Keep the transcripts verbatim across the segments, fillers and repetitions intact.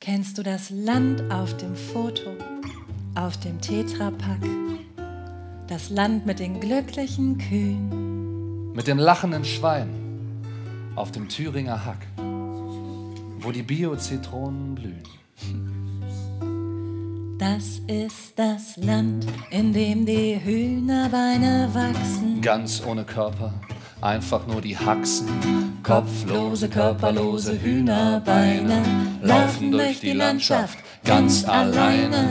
Kennst du das Land auf dem Foto, auf dem Tetrapack? Das Land mit den glücklichen Kühen. Mit dem lachenden Schwein auf dem Thüringer Hack, wo die Bio-Zitronen blühen. Das ist das Land, in dem die Hühnerbeine wachsen. Ganz ohne Körper, einfach nur die Haxen. Kopflose, körperlose Hühnerbeine laufen durch die Landschaft ganz alleine.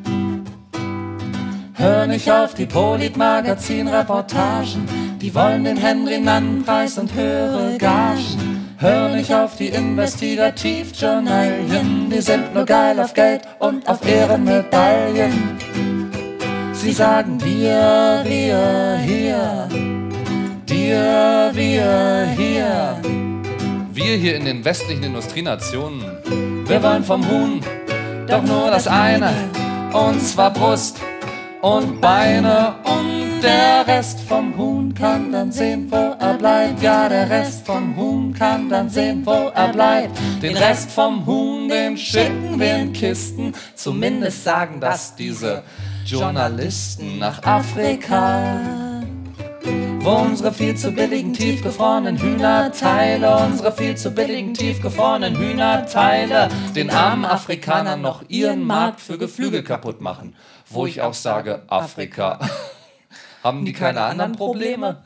Hör nicht auf die Polit-Magazin-Reportagen, die wollen den Henry-Nannen-Preis und höhere Gagen. Hör nicht auf die Investigativjournalien, die sind nur geil auf Geld und auf Ehrenmedaillen. Sie sagen dir, wir hier, dir, wir hier. Wir hier in den westlichen Industrienationen, wir wollen vom Huhn doch nur das eine, und zwar Brust und Beine, und der Rest vom Huhn kann dann sehen, wo er bleibt. Ja, der Rest vom Huhn kann dann sehen, wo er bleibt. Den Rest vom Huhn, den schicken wir in Kisten. Zumindest sagen das diese Journalisten nach Afrika, wo unsere viel zu billigen tiefgefrorenen Hühnerteile, unsere viel zu billigen tiefgefrorenen Hühnerteile den armen Afrikanern noch ihren Markt für Geflügel kaputt machen. Wo ich auch sage, Afrika, haben die keine anderen Probleme?